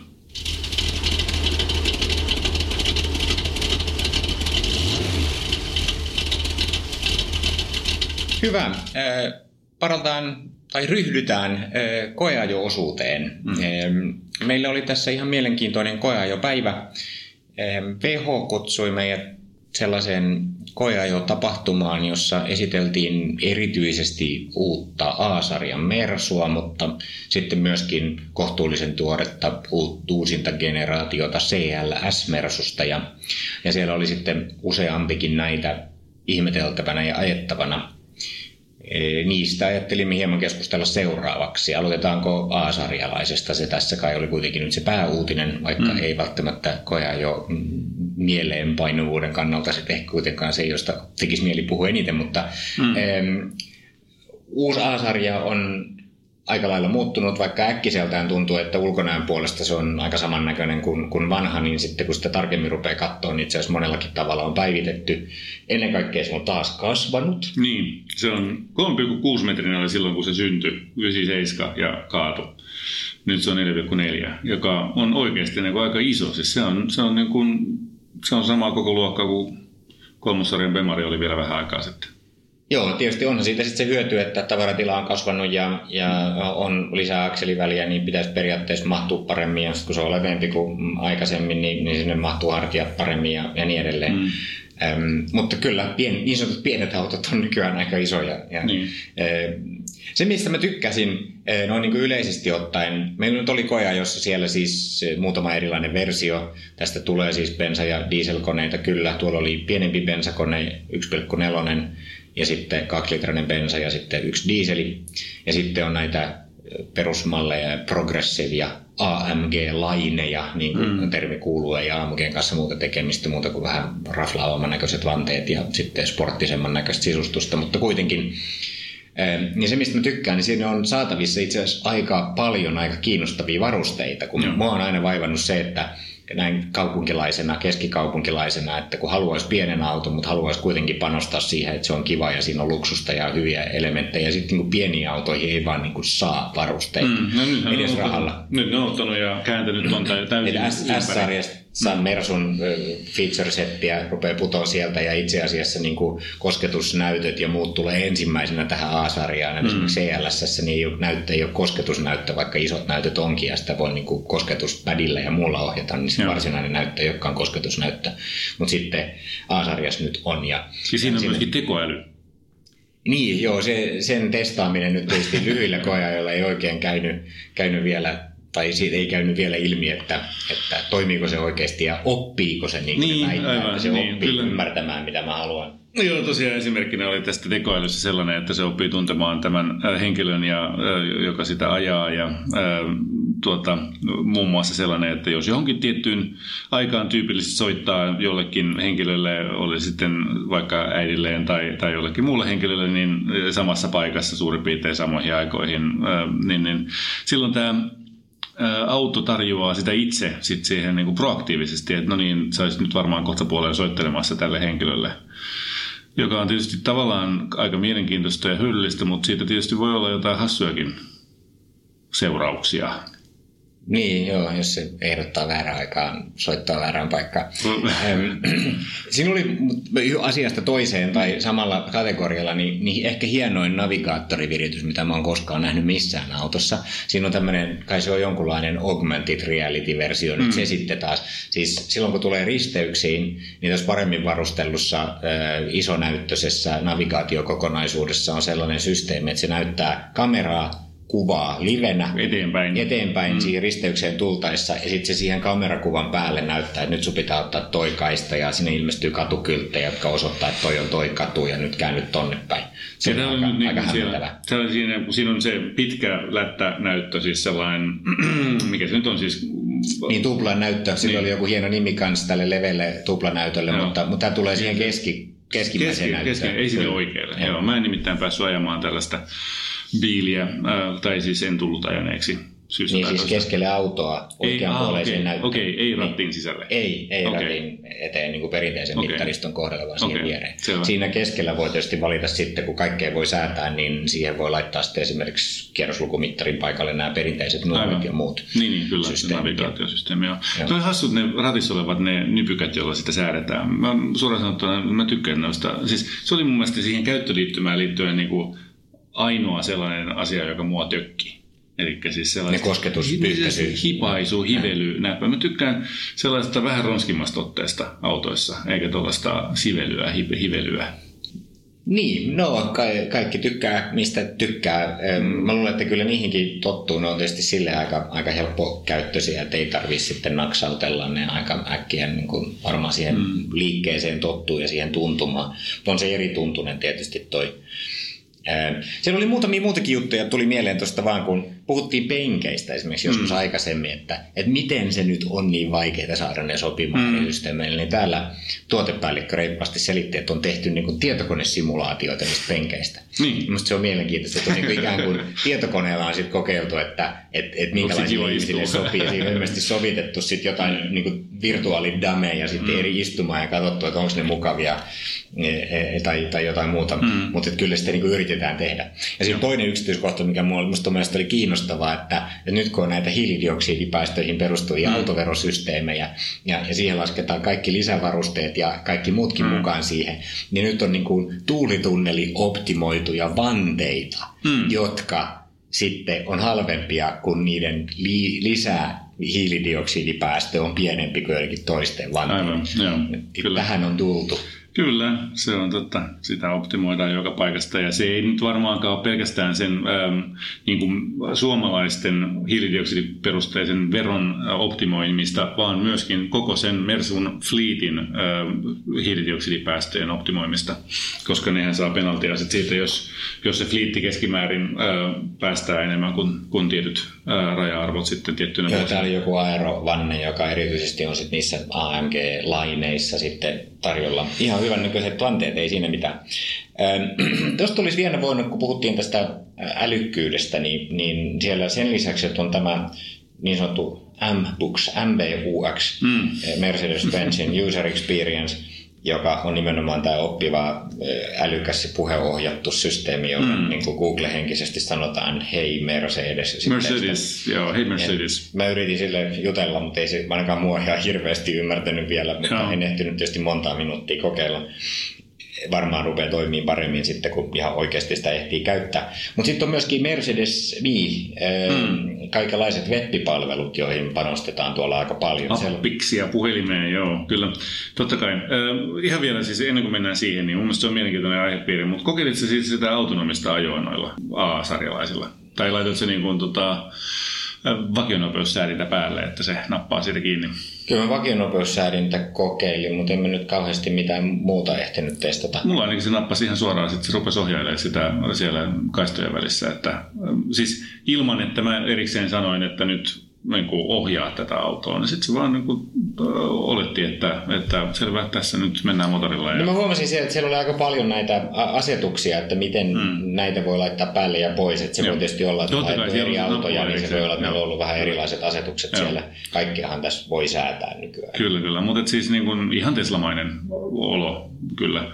Hyvä. Parataan tai ryhdytään koeajo-osuuteen. Meillä oli tässä ihan mielenkiintoinen koeajopäivä. VH kutsui meidät sellaiseen koeajotapahtumaan, jossa esiteltiin erityisesti uutta A-sarjan Mersua, mutta sitten myöskin kohtuullisen tuoretta uusinta generaatiota CLS-Mersusta. Ja siellä oli sitten useampikin näitä ihmeteltävänä ja ajettavana. Niistä ajattelimme hieman keskustella seuraavaksi. Aloitetaanko A-sarjalaisesta? Se tässä kai oli kuitenkin nyt se pääuutinen, vaikka ei välttämättä koeajo mieleenpainuvuuden kannalta sitten ehkä kuitenkaan se, josta tekisi mieli puhua eniten, mutta uusi A-sarja on aika lailla muuttunut, vaikka äkkiseltään tuntuu, että ulkonäön puolesta se on aika samannäköinen kuin vanha, niin sitten kun sitä tarkemmin rupeaa katsoa, niin itse asiassa monellakin tavalla on päivitetty. Ennen kaikkea se on taas kasvanut. Niin,
se on 3,6 metrinen oli silloin, kun se syntyi, 97 ja kaatui. Nyt se on 4,4, joka on oikeasti niin kuin aika iso. Siis se on samaa koko luokkaa kuin 3-sarjan Bemari oli vielä vähän aikaa sitten.
Joo, tietysti onhan siitä sitten se hyöty, että tavaratila on kasvanut ja on lisää akseliväliä, niin pitäisi periaatteessa mahtua paremmin. Ja kun se on leveämpi kuin aikaisemmin, niin sinne mahtuu hartiat paremmin ja niin edelleen. Mutta kyllä, niin sanotut pienet autot on nykyään aika isoja. Se, mistä mä tykkäsin, noin niin kuin yleisesti ottaen, meillä nyt oli koja, jossa siellä siis muutama erilainen versio. Tästä tulee siis bensa- ja dieselkoneita, kyllä. Tuolla oli pienempi bensakone, 1,4 ja sitten 2-litrainen bensa ja sitten 1 dieseli. Ja sitten on näitä perusmalleja, Progressive ja AMG-laineja, niin kuin termi kuuluu, ja AMGn kanssa muuta tekemistä, muuta kuin vähän raflaavamman näköiset vanteet ja sitten sporttisemman näköistä sisustusta, mutta kuitenkin. Niin se, mistä mä tykkään, niin siinä on saatavissa itse asiassa aika paljon aika kiinnostavia varusteita, kun mua on aina vaivannut se, että näin kaupunkilaisena, keskikaupunkilaisena, että kun haluaisi pienen auton, mutta haluaisi kuitenkin panostaa siihen, että se on kiva ja siinä on luksusta ja hyviä elementtejä. Ja sitten niin pieniin autoihin ei vaan niin saa varusteita edes rahalla.
Nyt ne on ottanut ja kääntänyt tuon täysin
S-sarjasta Mersun feature-settiä rupeaa putoa sieltä ja itse asiassa niin kuin kosketusnäytöt ja muut tulee ensimmäisenä tähän A-sarjaan. Esimerkiksi CLS:ssä niin ei ole kosketusnäyttö, vaikka isot näytöt onkin ja sitä voi niin kuin kosketuspädillä ja muulla ohjata, niin se varsinainen näyttö ei olekaan kosketusnäyttö. Mutta sitten A-sarjassa nyt on. Ja
siinä on myöskin tekoäly.
Niin, joo, sen testaaminen nyt tietysti lyhyillä koeajoilla ei oikein käynyt vielä, tai siitä ei käynyt vielä ilmi, että toimiiko se oikeasti ja oppiiko se niin väittää, että se oppii kyllä ymmärtämään, mitä mä haluan.
No joo, tosiaan esimerkkinä oli tästä tekoälyssä sellainen, että se oppii tuntemaan tämän henkilön, joka sitä ajaa ja muun muassa sellainen, että jos johonkin tiettyyn aikaan tyypillisesti soittaa jollekin henkilölle, oli sitten vaikka äidilleen tai jollekin muulle henkilölle, niin samassa paikassa suurin piirtein samoihin aikoihin, niin silloin tämä auto tarjoaa sitä itse sit siihen niin kuin proaktiivisesti, että no niin, sä olisit nyt varmaan kohta puolella soittelemassa tälle henkilölle, joka on tietysti tavallaan aika mielenkiintoista ja hyödyllistä, mutta siitä tietysti voi olla jotain hassujakin seurauksia.
Niin, joo, jos se ehdottaa väärään aikaan, soittaa väärään paikkaan. Siinä oli asiasta toiseen tai samalla kategorialla niin ehkä hienoin navigaattoriviritys, mitä mä oon koskaan nähnyt missään autossa. Siinä on tämmöinen, kai se on jonkunlainen augmented reality-versio nyt se sitten taas. Siis silloin kun tulee risteyksiin, niin tässä paremmin varustellussa isonäyttöisessä navigaatiokokonaisuudessa on sellainen systeemi, että se näyttää kameraa, kuvaa livenä eteenpäin siihen risteykseen tultaessa ja sitten se siihen kamerakuvan päälle näyttää, että nyt sun pitää ottaa toi kaista ja sinne ilmestyy katukylttejä, jotka osoittaa, että toi on toi katu ja nyt käännyt tonne päin. Se on aika hämmentävä.
Siinä on se pitkä lättänäyttö, siis sellainen, mikä se nyt on siis...
Niin tuplanäyttö, sillä oli joku hieno nimi kanssa tälle leveelle tuplanäytölle, mutta tämä tulee siihen keskimmäiseen näyttöön.
Ei sille oikealle. Joo, mä en nimittäin päässyt ajamaan tällaista biiliä, tai siis en tullut ajaneeksi.
Niin siis keskelle autoa oikeanpuoleiseen näyttöön.
Okei, ei rattiin sisälle.
Ei rattiin eteen niin kuin perinteisen mittariston kohdalla, vaan siihen viereen. Selvä. Siinä keskellä voi tietysti valita sitten, kun kaikkea voi säätää, niin siihen voi laittaa sitten esimerkiksi kierroslukumittarin paikalle nämä perinteiset numerot ja muut.
Niin kyllä, se navigaatiosysteemi on. Tuo hassut ne ratissa olevat ne nypykät, joilla sitä säädetään. Mä suoraan sanottuna, mä tykkään noista. Siis se oli mun mielestä siihen käyttöliittymään liittyen niin kuin ainoa sellainen asia, joka mua tökki. Elikkä siis sellaista hipaisu, hively, näpä. Mä tykkään sellaista vähän ronskimmasta otteesta autoissa, eikä tuollaista sivelyä, hivelyä.
Niin, no kaikki tykkää, mistä tykkää. Mä luulen, että kyllä niihinkin tottuu. Ne on tietysti silleen aika helppokäyttöisiä, että ei tarvitse sitten naksautella ne aika äkkiä niin kuin varmaan siihen liikkeeseen tottuu ja siihen tuntumaan. On se eri tuntunen tietysti toi. Siellä oli muutamia muutakin juttuja, tuli mieleen tuosta vaan, kun puhuttiin penkeistä esimerkiksi joskus aikaisemmin, että miten se nyt on niin vaikeaa saada ne sopimaan eri systeemeille, niin täällä tuotepäällikkö reippaasti selitti, että on tehty niin kuin tietokonesimulaatioita niistä penkeistä. Minusta se on mielenkiintoista, että on niin kuin ikään kuin tietokoneella on sitten kokeiltu, että minkälaisille ihmisille sopii, ja siinä on ilmeisesti sovitettu sitten jotain niin kuin virtuaalidameja sitten eri istumaan ja katsottu, että onko ne mukavia tai jotain muuta, mutta kyllä sitä niin kuin yritetään tehdä. Ja sitten toinen yksityiskohta, mikä minusta oli kiinnostavaa, että nyt kun on näitä hiilidioksidipäästöihin perustuvia autoverosysteemejä ja siihen lasketaan kaikki lisävarusteet ja kaikki muutkin mukaan siihen, niin nyt on niin kuin tuulitunneli optimoituja vanteita, jotka sitten on halvempia, kun niiden lisää hiilidioksidipäästö on pienempi kuin joidenkin toisten vanteiden. Tähän on tultu.
Kyllä, se on totta. Sitä optimoidaan joka paikasta ja se ei nyt varmaankaan ole pelkästään sen niin kuin suomalaisten hiilidioksidiperusteisen veron optimoimista, vaan myöskin koko sen Mersun fleetin hiilidioksidipäästöjen optimoimista, koska nehän saa penaltia siitä, jos se fleetti keskimäärin päästää enemmän kuin tietyt raja-arvot sitten tiettynä vuosina.
Täällä on joku aerovanne, joka erityisesti on sitten niissä AMG-laineissa sitten tarjolla. Ihan hyvän näköiset vanteet, ei siinä mitään. Tuosta olisi vielä voinut, kun puhuttiin tästä älykkyydestä, niin siellä sen lisäksi, että on tämä niin sanottu MBUX, Mercedes-Benzin User Experience, joka on nimenomaan tämä oppiva, älykäs ja puheohjattu systeemi, jolla niin kuin Google-henkisesti sanotaan hei Mercedes.
Mercedes, joo, hei Mercedes.
Mä yritin sille jutella, mutta ei se ainakaan mua ihan hirveästi ymmärtänyt vielä, mutta en ehtinyt tietysti montaa minuuttia kokeilla. Varmaan rupeaa toimimaan paremmin sitten, kun ihan oikeasti sitä ehtii käyttää. Mutta sitten on myöskin Mercedes kaikenlaiset web-palvelut, joihin panostetaan tuolla aika paljon.
Appiksia puhelimeen, joo, kyllä. Totta kai. Ihan vielä siis ennen kuin mennään siihen, niin mun mielestä se on mielenkiintoinen aihepiiri, mutta kokeilitko siis sitä autonomista ajoa noilla A-sarjalaisilla? Tai laitat se niin kuin vakionopeussäädintä päälle, että se nappaa siitä kiinni?
Kyllä mä vakionopeussäädintä kokeilin, mutta en mä nyt kauheasti mitään muuta ehtinyt testata.
Mulla ainakin se nappasi ihan suoraan, sitten se rupesi ohjailemaan sitä siellä kaistojen välissä. Että, siis ilman, että mä erikseen sanoin, että nyt niin kuin ohjaa tätä autoa, niin sitten se vaan niin kuin oletti, että selvä, tässä nyt mennään motorilla. Ja...
No mä huomasin siellä, että siellä oli aika paljon näitä asetuksia, että miten näitä voi laittaa päälle ja pois. Että se voi tietysti olla, että on eri autoja, niin se voi olla, että meillä on ollut vähän erilaiset asetukset siellä. Kaikkiahan tässä voi säätää nykyään.
Kyllä, mutta siis niin kuin ihan teslamainen olo kyllä.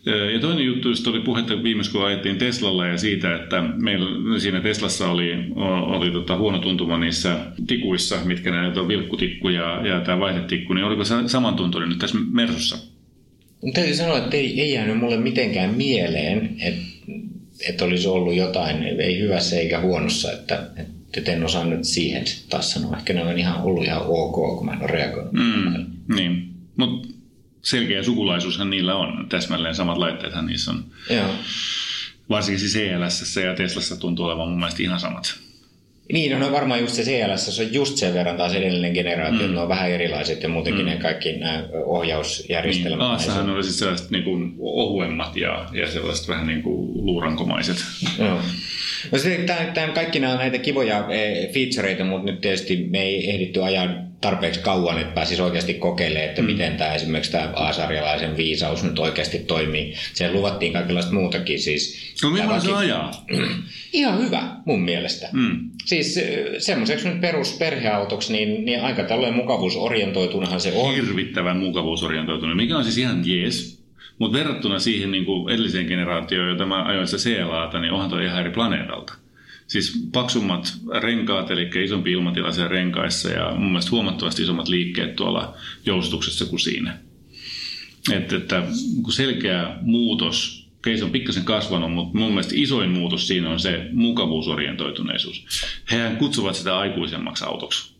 Ja toinen juttu, josta oli puhetta viimeksi, kun ajettiin Teslalla ja siitä, että meillä siinä Teslassa oli huono tuntuma niissä tikuissa, mitkä näitä on vilkkutikku ja tämä vaihdetikku, niin oliko samantuntuinen nyt tässä Mersussa?
Täytyy sanoa, että ei jäänyt mulle mitenkään mieleen, että olisi ollut jotain, ei hyvässä eikä huonossa, että en osaa nyt siihen taas sanoa. Ehkä ne on ollut ihan ok, kun mä en ole reagoinut.
Niin, mutta selkeä sukulaisuushan niillä on. Täsmälleen samat laitteethan niissä on.
Joo.
Varsinkin siis CLS:ssä ja Teslassa tuntuu olevan mun mielestä ihan samat.
Niin, no varmaan just se CLS on just sen verran taas edellinen generaatio, ne on vähän erilaiset ja muutenkin ne kaikki nämä ohjausjärjestelmät.
Niin, Aassahan oli siis sellaiset niin kuin ohuemmat ja sellaiset vähän niin kuin luurankomaiset.
Joo. No tämä kaikki nämä on näitä kivoja featureita, mutta nyt tietysti me ei ehditty ajaa tarpeeksi kauan, että pääsisi oikeasti kokeilemaan, että miten tämä esimerkiksi tämä A-sarjalaisen viisaus nyt oikeasti toimii. Sen luvattiin kaikenlaista muutakin. Siis,
no millainen se ajaa?
Ihan hyvä mun mielestä. Siis semmoiseksi nyt perusperheautoksi, niin aika tällainen mukavuusorientoitunahan se on.
Hirvittävän mukavuusorientoitunut, mikä on siis ihan jees. Mutta verrattuna siihen niin kuin edelliseen generaatioon, jota mä ajoin sitä CLAta, niin onhan toi ihan eri planeetalta. Siis paksummat renkaat, eli isompi ilmatilaisia renkaissa ja mun mielestä huomattavasti isommat liikkeet tuolla joustuksessa kuin siinä. Että selkeä muutos, se on pikkasen kasvanut, mutta mun mielestä isoin muutos siinä on se mukavuusorientoituneisuus. Hehän kutsuvat sitä aikuisemmaksi autoksi.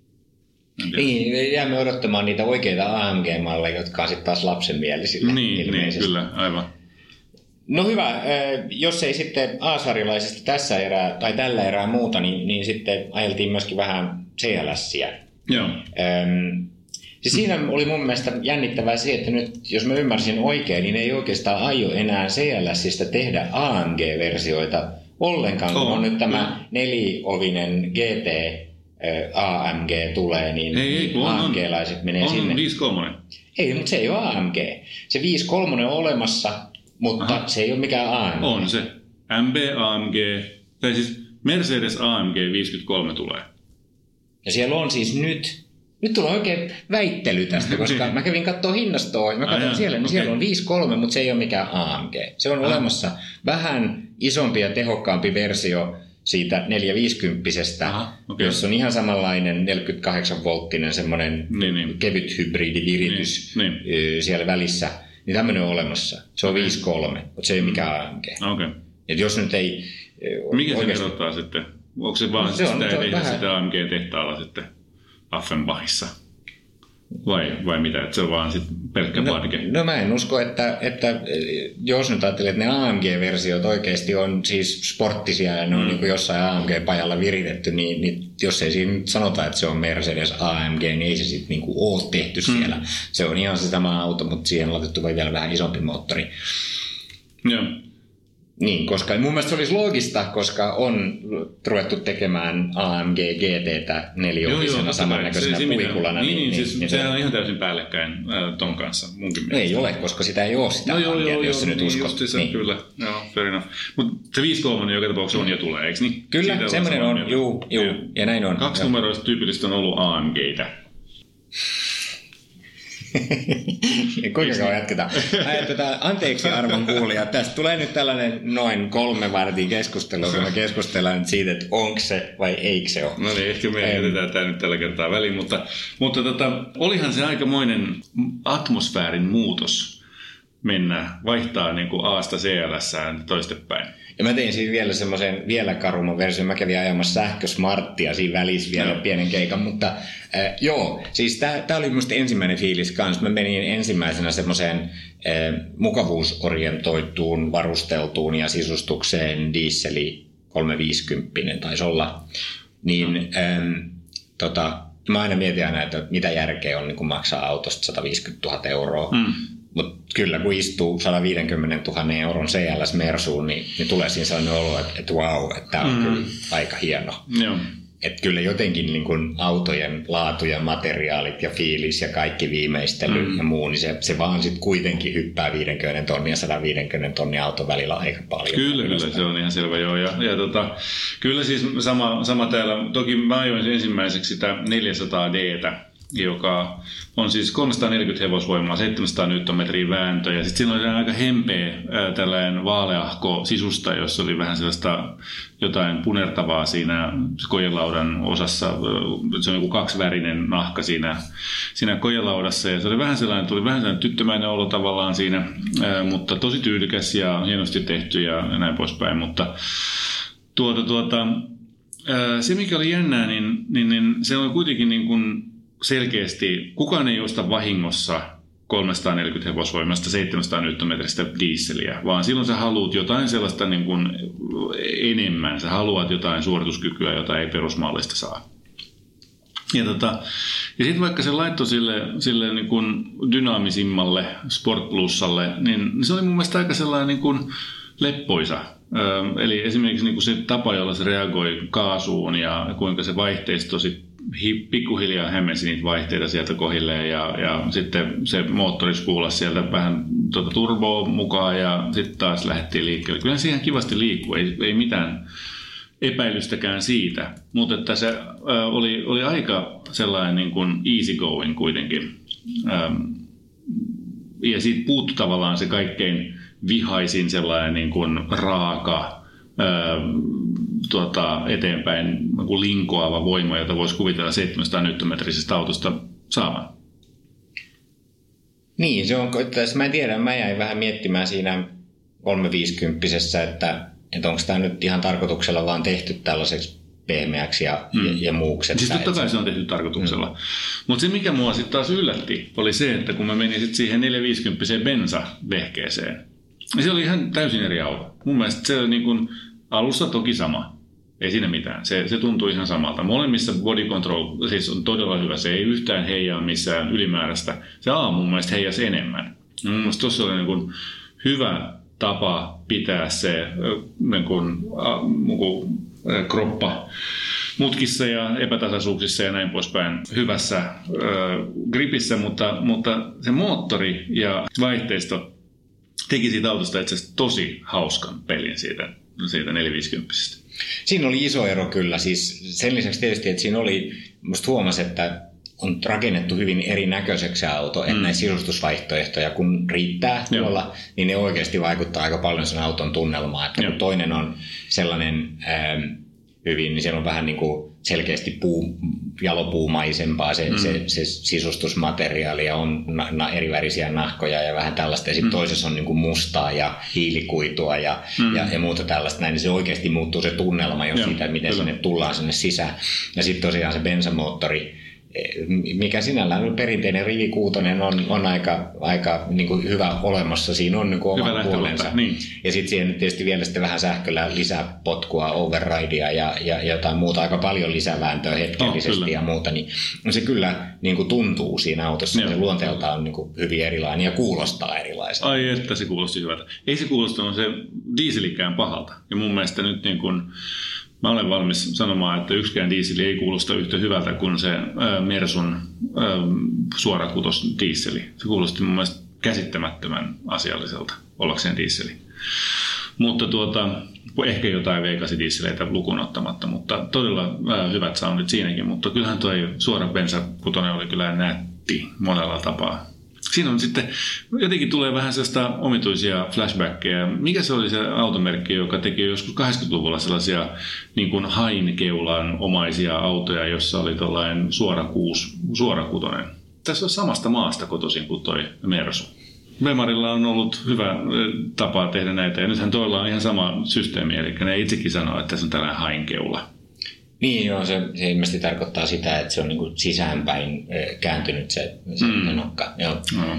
Niin, jäämme odottamaan niitä oikeita AMG-malleja, jotka on sitten taas lapsenmielisillä.
Niin, kyllä, aivan.
No hyvä, jos ei sitten A-sarjalaisesta tässä erää tai tällä erää muuta, niin sitten ajeltiin myöskin vähän CLS:iä.
Joo.
Siis siinä oli mun mielestä jännittävää se, että nyt jos mä ymmärsin oikein, niin ei oikeastaan aio enää CLS:istä tehdä AMG-versioita ollenkaan, kun on nyt tämä 4-ovinen GT AMG tulee, niin AMG-laiset menee sinne.
On 5.3.
Ei, mutta se ei ole AMG. Se 5.3 on olemassa, mutta se ei ole mikään AMG.
On se. MB AMG, tai siis Mercedes AMG 53 tulee.
Ja siellä on siis nyt tulee oikein väittely tästä, koska mä kävin katsoa hinnastoa, mä katson siellä, niin siellä on 5.3, mutta se ei ole mikään AMG. Se on olemassa vähän isompi ja tehokkaampi versio siitä 450-sestä, jossa on ihan samanlainen 48-volttinen semmoinen kevyt hybridiviritys siellä välissä. Niin tämmöinen on olemassa. Se on 5.3, mutta se ei ole mikään AMG.
Okay.
Et jos nyt ei...
Mikä se erottaa sitten? Onko se vaan sitä ei tehdä vähän sitä AMG-tehtaalla sitten Affenbachissa? Vai mitä? Että se on vaan sitten pelkkä badge?
No mä en usko, että jos nyt ajattelee, että ne AMG-versiot oikeasti on siis sporttisia ja ne on niin kuin jossain AMG-pajalla viritetty, niin jos ei siinä sanota, että se on Mercedes AMG, niin ei se sitten niin kuin ole tehty siellä. Se on ihan se sama auto, mutta siihen on laitettu vielä vähän isompi moottori.
Joo.
Niin, koska mun mielestä se olisi loogista, koska on ruvettu tekemään AMG GT:tä nelijoukisena samannäköisenä puikulana.
Niin, sehän on ihan täysin päällekkäin ton kanssa munkin mielestä.
Ei ole, koska sitä ei ole sitä AMG, jos se nyt uskot.
Niin. Kyllä, joo, fair enough. Mutta se 5.3 joka tapauksessa on jo tulee, eikö niin?
Kyllä, semmoinen on, juu, ja näin on.
2 numeroista tyypillistä on ollut AMG:tä.
Kuinka kauan jatketaan? Anteeksi arvon kuulija. Tästä tulee nyt tällainen noin 3 vartin keskustelu, kun me keskustellaan siitä, että onko se vai eikö se ole.
No niin, ehkä me jätetään tämä nyt tällä kertaa väliin, mutta olihan se aikamoinen atmosfäärin muutos vaihtaa niin kuin A:sta CLS:ään toistepäin.
Ja mä tein siinä vielä semmoisen vielä karumman version. Mä kävin ajamassa sähkösmarttia siinä välissä vielä pienen keikan, mutta siis tää oli musta ensimmäinen fiilis kanssa. Mä menin ensimmäisenä semmoiseen mukavuusorientoituun, varusteltuun ja sisustukseen dieseli 350 taisi olla. Niin mä aina mietin aina, että mitä järkeä on niin kun maksaa autosta 150 000 euroa. Mutta kyllä kun istuu 150 000 euron CLS-mersuun, niin tulee siinä sellainen olo, että vau, että tämä on kyllä aika hieno.
Joo.
Että kyllä jotenkin niin kun autojen laatu ja materiaalit ja fiilis ja kaikki viimeistely ja muu, niin se vaan sitten kuitenkin hyppää 50 tonnia ja 150 tonnia auton välillä aika paljon.
Kyllä, se on ihan selvä joo. Ja kyllä siis sama täällä, toki mä ajoin ensimmäiseksi sitä 400D:tä, joka on siis 340 hevosvoimaa, 700 Nm vääntö, ja sitten siinä oli aika hempeä tällainen vaaleahko sisusta, jossa oli vähän sellaista jotain punertavaa siinä kojelaudan osassa. Se on joku kaksivärinen nahka siinä kojelaudassa, ja se oli tuli vähän sellainen tyttömäinen olo tavallaan siinä, mutta tosi tyylikäs ja hienosti tehty ja näin poispäin, mutta se mikä oli jännää, niin se oli kuitenkin niin kuin selkeästi, kukaan ei osta vahingossa 340 hevosvoimasta 700 Nm dieseliä, vaan silloin sä haluat jotain sellaista niin kuin enemmän, sä haluat jotain suorituskykyä, jota ei perusmallista saa. Ja sitten vaikka se laittoi sille niin kuin dynaamisimmalle Sport Plusalle, niin se oli mun mielestä aika sellainen niin kuin leppoisa. Eli esimerkiksi niin kuin se tapa, jolla se reagoi kaasuun ja kuinka se vaihteisto pikkuhiljaa hämmensi niitä vaihteita sieltä kohilleen ja sitten se moottori skuulasi sieltä vähän turboa mukaan ja sitten taas lähdettiin liikkeelle. Kyllä siihen kivasti liikkuu, ei mitään epäilystäkään siitä, mutta että se oli aika sellainen niin kuin easy going kuitenkin. Ja siitä puuttui tavallaan se kaikkein vihaisin sellainen niin kuin raaka eteenpäin niin linkoava voima, jota voisi kuvitella 700 Nm autosta saamaan.
Niin, se on, mä en tiedä, mä jäin vähän miettimään siinä 350-sessä, että onko tämä nyt ihan tarkoituksella vaan tehty tällaiseksi pehmeäksi ja muuksi.
Siis totta kai se on tehty tarkoituksella. Mutta se mikä mua sitten taas yllätti oli se, että kun mä menin sitten siihen 450 bensa-vehkeeseen, niin se oli ihan täysin eri auto. Mun mielestä se oli niin kuin alussa toki sama. Ei siinä mitään. Se tuntui ihan samalta. Molemmissa body control siis on todella hyvä. Se ei yhtään heijaa missään ylimääräistä. Se mun mielestä heijasi enemmän. Mun mielestä tuossa oli niin kuin hyvä tapa pitää se niin kuin kroppa mutkissa ja epätasaisuuksissa ja näin poispäin hyvässä gripissä, mutta se moottori ja vaihteisto teki siitä autosta itse asiassa tosi hauskan pelin siitä 450.
Siinä oli iso ero kyllä. Siis sen lisäksi tietysti, että siinä oli, musta huomasi, että on rakennettu hyvin erinäköiseksi se auto, että näitä sisustusvaihtoehtoja kun riittää tuolla, niin ne oikeasti vaikuttaa aika paljon sen auton tunnelmaan. Että kun toinen on sellainen hyvin, niin siellä on vähän niin kuin selkeästi jalopuumaisempaa se sisustusmateriaali ja on erivärisiä nahkoja ja vähän tällaista. Ja sitten toisessa on niin kuin mustaa ja hiilikuitua ja muuta tällaista. Näin, niin se oikeasti muuttuu se tunnelma jo siitä, miten sinne tullaan sinne sisään. Ja sitten tosiaan se bensamoottori, mikä sinällään perinteinen rivikuutonen on aika niin kuin hyvä olemassa. Siinä on niin kuin oma puolensa. Niin. Ja sitten siihen tietysti vielä sitten vähän sähköllä lisää potkua, overridea ja jotain muuta, aika paljon lisävääntöä hetkellisesti ja muuta. Niin se kyllä niin kuin tuntuu siinä autossa. Se luonteeltaan on niin kuin hyvin erilainen ja kuulostaa erilaiselta.
Ai että se kuulosti hyvältä. Ei se kuulostanut se dieselikään pahalta. Ja mun mielestä nyt niin kuin mä olen valmis sanomaan, että yksikään dieseli ei kuulosta yhtä hyvältä kuin se Mersun suorakutos dieseli. Se kuulosti mun mielestä käsittämättömän asialliselta ollakseen dieseli. Mutta ehkä jotain V8-dieseleitä lukuun ottamatta, mutta todella hyvät soundit siinäkin. Mutta kyllähän tuo suora bensakutonen oli kyllä nätti monella tapaa. Siinä on sitten, jotenkin tulee vähän sellaista omituisia flashbackkejä. Mikä se oli se automerkki, joka teki joskus 80-luvulla sellaisia niin kuin hainkeulan omaisia autoja, jossa oli tällainen suorakutonen. Tässä on samasta maasta kotoisin kuin toi Mersu. Bemarilla on ollut hyvä tapa tehdä näitä, ja nythän toilla on ihan sama systeemi, eli ne itsekin sanoo, että tässä on tällainen hainkeula.
Niin joo, se ilmeisesti tarkoittaa sitä, että se on niinku sisäänpäin kääntynyt se nokka. Joo.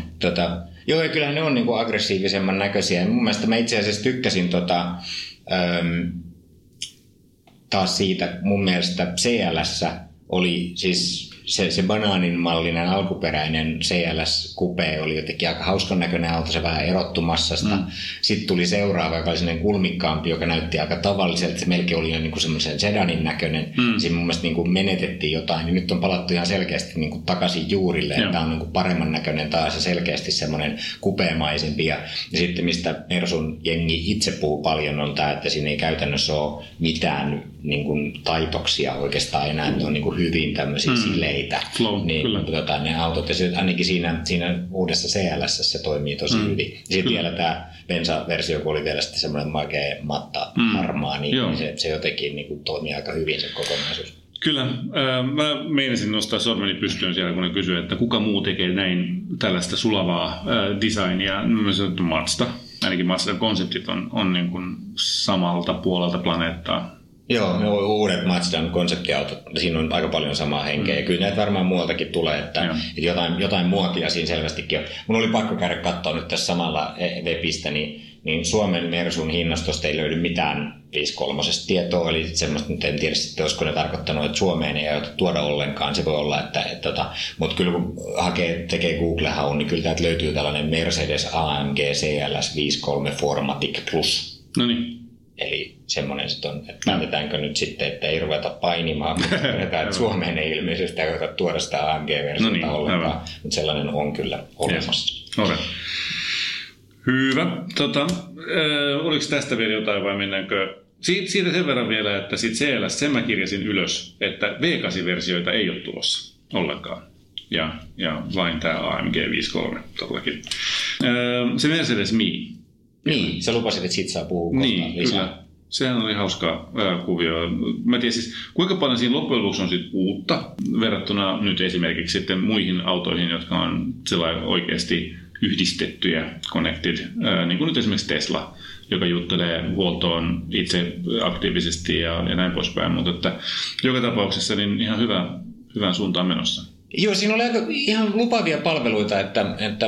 Joo, ja kyllähän ne on niinku aggressiivisemman näköisiä. Ja mun mielestä mä itse asiassa tykkäsin taas siitä, mun mielestä CL:ssä oli siis se banaanin mallinen alkuperäinen CLS Coupe oli jotenkin aika hauskan näköinen auto, se vähän erottu massasta. Sitten tuli seuraava, joka oli sellainen kulmikkaampi, joka näytti aika tavalliselta. Se melkein oli jo niin kuin semmoisen sedanin näköinen. Siinä mun mielestä niin kuin menetettiin jotain. Niin nyt on palattu ihan selkeästi niin kuin takaisin juurille. Tämä on niin kuin paremman näköinen taas ja selkeästi semmoinen kupeemaisempi. Ja sitten mistä Mersun jengi itse puhuu paljon on tämä, että siinä ei käytännössä ole mitään niin kuin taitoksia oikeastaan enää. Ne on niin kuin hyvin tämmöisiä sileitä tiheitä, niin ne autot, ja ainakin siinä uudessa CLS se toimii tosi hyvin. Sitten vielä tämä bensa-versio, kun oli vielä sitten semmoinen makea matta harmaa, niin se jotenkin niin kuin toimii aika hyvin se kokonaisuus.
Kyllä. Mä meinasin nostaa sormeni pystyyn siellä, kun ne kysyy, että kuka muu tekee näin tällaista sulavaa designia. Mä sanoin, että Mazda. Ainakin Mazdan konseptit on niin kuin samalta puolelta planeettaa.
Joo, ne uudet Mazdan konseptiautot, siinä on aika paljon samaa henkeä. Ja kyllä näitä varmaan muualtakin tulee, että jotain muotia siinä selvästikin on. Mun oli pakko käydä katsoa nyt tässä samalla webistä, niin Suomen Mersun hinnastosta ei löydy mitään 5.3 tietoa, eli semmoista nyt en tiedä sitten, olisiko ne tarkoittanut, että Suomeen ei tuoda ollenkaan. Se voi olla, mutta kyllä kun tekee Google-haun, niin kyllä täältä löytyy tällainen Mercedes AMG CLS 5.3 Formatic Plus.
No niin.
Eli semmoinen sitten on, että päätetäänkö nyt sitten, että ei ruveta painimaan, että Suomeen ei ilmeisesti tuoda sitä AMG-versiota ollenkaan, mutta sellainen on kyllä olemassa.
Okay. Hyvä. Oliko tästä vielä jotain vai mennäänkö? Siitä sen verran vielä, että sitten CLS, sen mä kirjasin ylös, että V8-versioita ei ole tulossa ollenkaan. Ja vain tämä AMG 5.3 todellakin. Se Mercedes Me.
Niin, sä lupasit, että siitä saa puhua lisää.
Kyllä. Sehän oli hauska kuvio. Mä tiedän siis, kuinka paljon siinä loppujen lopuksi on sit uutta verrattuna nyt esimerkiksi sitten muihin autoihin, jotka on sellainen oikeasti yhdistettyjä, connected, niin kuin nyt esimerkiksi Tesla, joka juttelee huoltoon itse aktiivisesti ja näin poispäin, mutta että joka tapauksessa niin ihan hyvään suuntaan menossa.
Joo, siinä oli ihan lupavia palveluita, että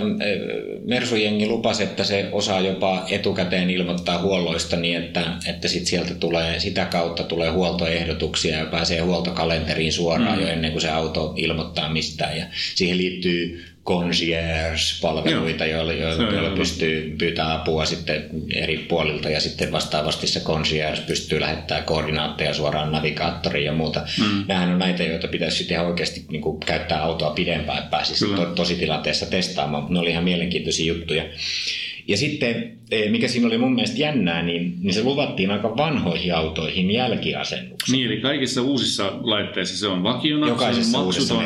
Mersu-jengi lupasi, että se osaa jopa etukäteen ilmoittaa huolloista niin, että sit sieltä sitä kautta tulee huoltoehdotuksia ja pääsee huoltokalenteriin suoraan jo ennen kuin se auto ilmoittaa mistään. Ja siihen liittyy concierge-palveluita, joilla pystyy pyytämään apua sitten eri puolilta ja sitten vastaavasti se concierge pystyy lähettämään koordinaatteja suoraan navigaattoriin ja muuta. Nämähän on näitä, joita pitäisi sitten ihan oikeasti niin kuin käyttää autoa pidempään, että pääsisi tositilanteessa testaamaan, mutta ne oli ihan mielenkiintoisia juttuja. Ja sitten, mikä siinä oli mun mielestä jännää, niin se luvattiin aika vanhoihin autoihin jälkiasennuksia.
Niin, eli kaikissa uusissa laitteissa se on vakiona,
jokaisessa
se on maksuton,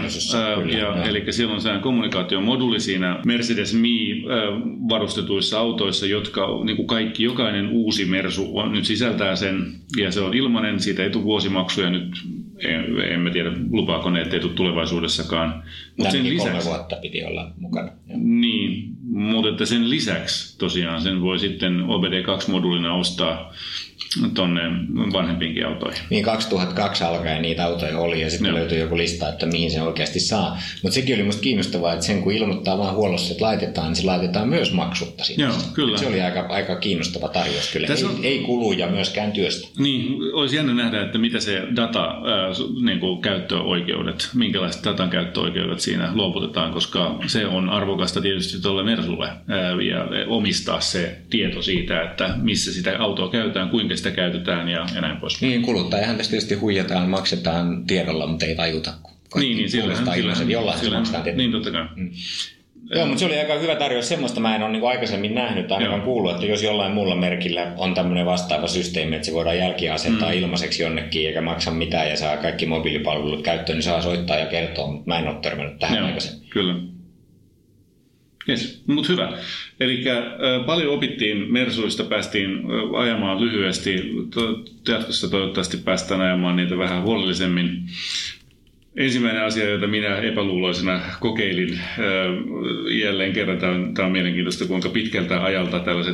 eli siellä on sehän kommunikaatiomoduli siinä Mercedes Me varustetuissa autoissa, jotka niin kuin jokainen uusi Mersu nyt sisältää sen, ja se on ilmainen, siitä ei tule vuosimaksuja nyt. En mä tiedä, lupaako ne, ettei tule tulevaisuudessakaan.
Mutta sen lisäksi 3 vuotta piti olla mukana.
Niin, mutta että sen lisäksi tosiaan sen voi sitten OBD2-modulina ostaa tuonne vanhempiinkin autoihin.
Niin 2002 alkaen niitä autoja oli ja sitten löytyi joku lista, että mihin se oikeasti saa. Mutta sekin oli musta kiinnostavaa, että sen kun ilmoittaa vaan huollossa, että laitetaan, niin se laitetaan myös maksutta sinne.
Joo, kyllä.
Se oli aika kiinnostava tarjous kyllä. Ei kuluja myöskään työstä.
Niin, olisi jännä nähdä, että mitä se niin kuin käyttöoikeudet, minkälaiset datan käyttöoikeudet siinä luovutetaan, koska se on arvokasta tietysti tuolle Mersulle ja omistaa se tieto siitä, että missä sitä autoa käytetään, kuinka sitä käytetään ja näin pois.
Niin, kuluttajahan tästä tietysti huijataan, maksetaan tiedolla, mutta ei tajuta.
Niin, sillähän.
Jollain se maksetaan tietysti.
Niin, totta kai.
Joo, mutta se oli aika hyvä tarjous. Semmoista mä en ole niin aikaisemmin nähnyt, ainakaan kuullut, että jos jollain muulla merkillä on tämmöinen vastaava systeemi, että se voidaan jälkiasentaa ilmaiseksi jonnekin eikä maksa mitään ja saa kaikki mobiilipalvelut käyttöön, niin saa soittaa ja kertoa, mutta mä en ole törmännyt tähän aikaisemmin.
Kyllä. Yes, mutta hyvä. Eli paljon opittiin Mersuista, päästiin ajamaan lyhyesti. Jatkossa toivottavasti päästään ajamaan niitä vähän huolellisemmin. Ensimmäinen asia, jota minä epäluuloisena kokeilin jälleen kerran, tämä on mielenkiintoista, kuinka pitkältä ajalta tällaiset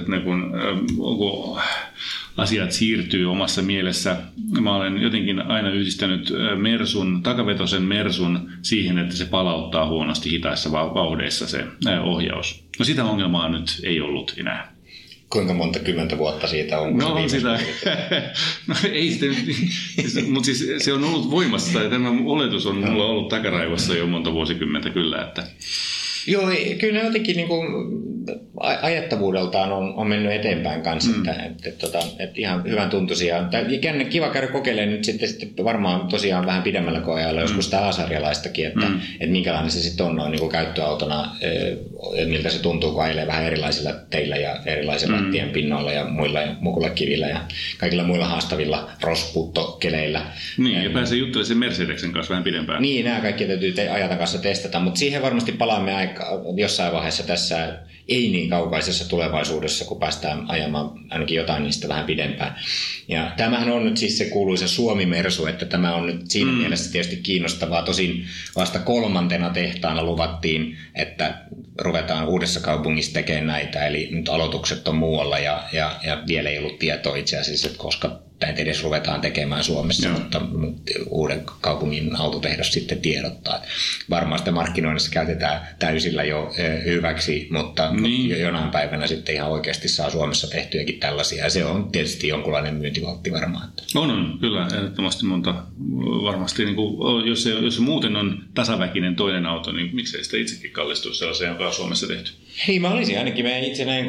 asiat siirtyy omassa mielessä. Mä olen jotenkin aina yhdistänyt takavetosen Mersun siihen, että se palauttaa huonosti hitaissa vauhdeissa se ohjaus. No sitä ongelmaa nyt ei ollut enää.
Kuinka monta 10 vuotta siitä on?
No on sitä. No ei sitä, mutta siis se on ollut voimassa. Tämä oletus on mulla ollut takaraivossa jo monta vuosikymmentä kyllä. Että
Joo, kyllä ne jotenkin niin kuin ajettavuudeltaan on mennyt eteenpäin kanssa, että ihan hyvän tuntuisia. Kiva käydä kokeilemaan nyt sitten varmaan tosiaan vähän pidemmällä koeajalla joskus sitä A-sarjalaistakin, että minkälainen se sitten on noin niin kuin käyttöautona, miltä se tuntuu, kun ajelee vähän erilaisilla teillä ja erilaisilla tienpinnoilla ja muilla ja mukulakivillä ja kaikilla muilla haastavilla rospuuttokeleillä.
Niin, ja pääsee juttelemaan sen Mercedesen kanssa vähän pidempään.
Niin, nämä kaikki täytyy ajatan kanssa testata, mutta siihen varmasti palaamme jossain vaiheessa tässä ei niin kaukaisessa tulevaisuudessa, kun päästään ajamaan ainakin jotain niistä vähän pidempään. Ja tämähän on nyt siis se kuuluisa Suomi-mersu, että tämä on nyt siinä mielessä tietysti kiinnostavaa. Tosin vasta 3. tehtaana luvattiin, että ruvetaan Uudessa kaupungissa tekemään näitä, eli nyt aloitukset on muualla ja vielä ei ollut tietoa itse asiassa, että koska näitä edes ruvetaan tekemään Suomessa, mutta Uuden kaupungin autotehdas sitten tiedottaa. Varmaan sitä markkinoinnissa käytetään täysillä jo hyväksi, mutta jonain päivänä sitten ihan oikeasti saa Suomessa tehtyäkin tällaisia. Ja se on tietysti jonkunlainen myyntivaltti varmaan.
On, kyllä, ehdottomasti monta. Varmasti, niin kuin, jos muuten on tasaväkinen toinen auto, niin miksei sitä itsekin kallistua sellaiseen, joka on Suomessa tehty?
Hei, mä olisin ainakin meidän itse näin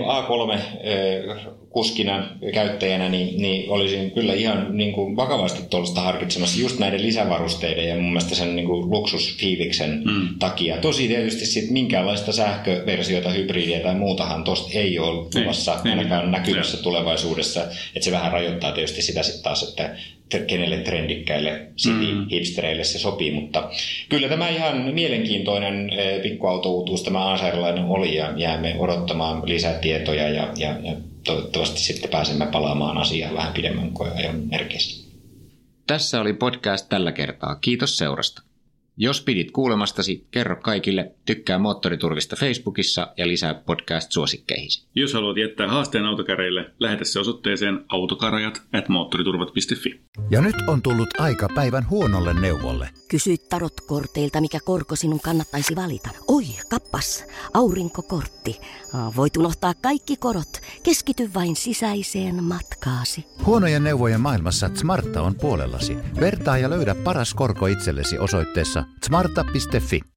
A3-kuskina käyttäjänä, niin olisin kyllä ihan niin kuin vakavasti tuollaista harkitsemassa just näiden lisävarusteiden ja mun mielestä sen niin kuin luksusfiiliksen takia. Tosi tietysti sitten minkäänlaista sähköversiota, hybridiä tai muutahan tuosta ei ole luvassa ainakaan näkyvässä tulevaisuudessa. Että se vähän rajoittaa tietysti sitä sitten taas, että kenelle trendikkäille hipstereille se sopii, mutta kyllä tämä ihan mielenkiintoinen pikkuautouutuus tämä A-sarjalainen oli ja jäämme odottamaan lisätietoja ja toivottavasti sitten pääsemme palaamaan asiaan vähän pidemmän koeajan merkeissä. Tässä oli podcast tällä kertaa. Kiitos seurasta. Jos pidit kuulemastasi, kerro kaikille, tykkää Moottoriturvista Facebookissa ja lisää podcast-suosikkeihisi.
Jos haluat jättää haasteen autokäreille, lähetä se osoitteeseen autokarajat@moottoriturvat.fi.
Ja nyt on tullut aika päivän huonolle neuvolle.
Kysy tarotkorteilta, mikä korko sinun kannattaisi valita. Oi, kappas, aurinkokortti. Voit unohtaa kaikki korot. Keskity vain sisäiseen matkaasi.
Huonojen neuvojen maailmassa Smarta on puolellasi. Vertaa ja löydä paras korko itsellesi osoitteessa smarta.fi.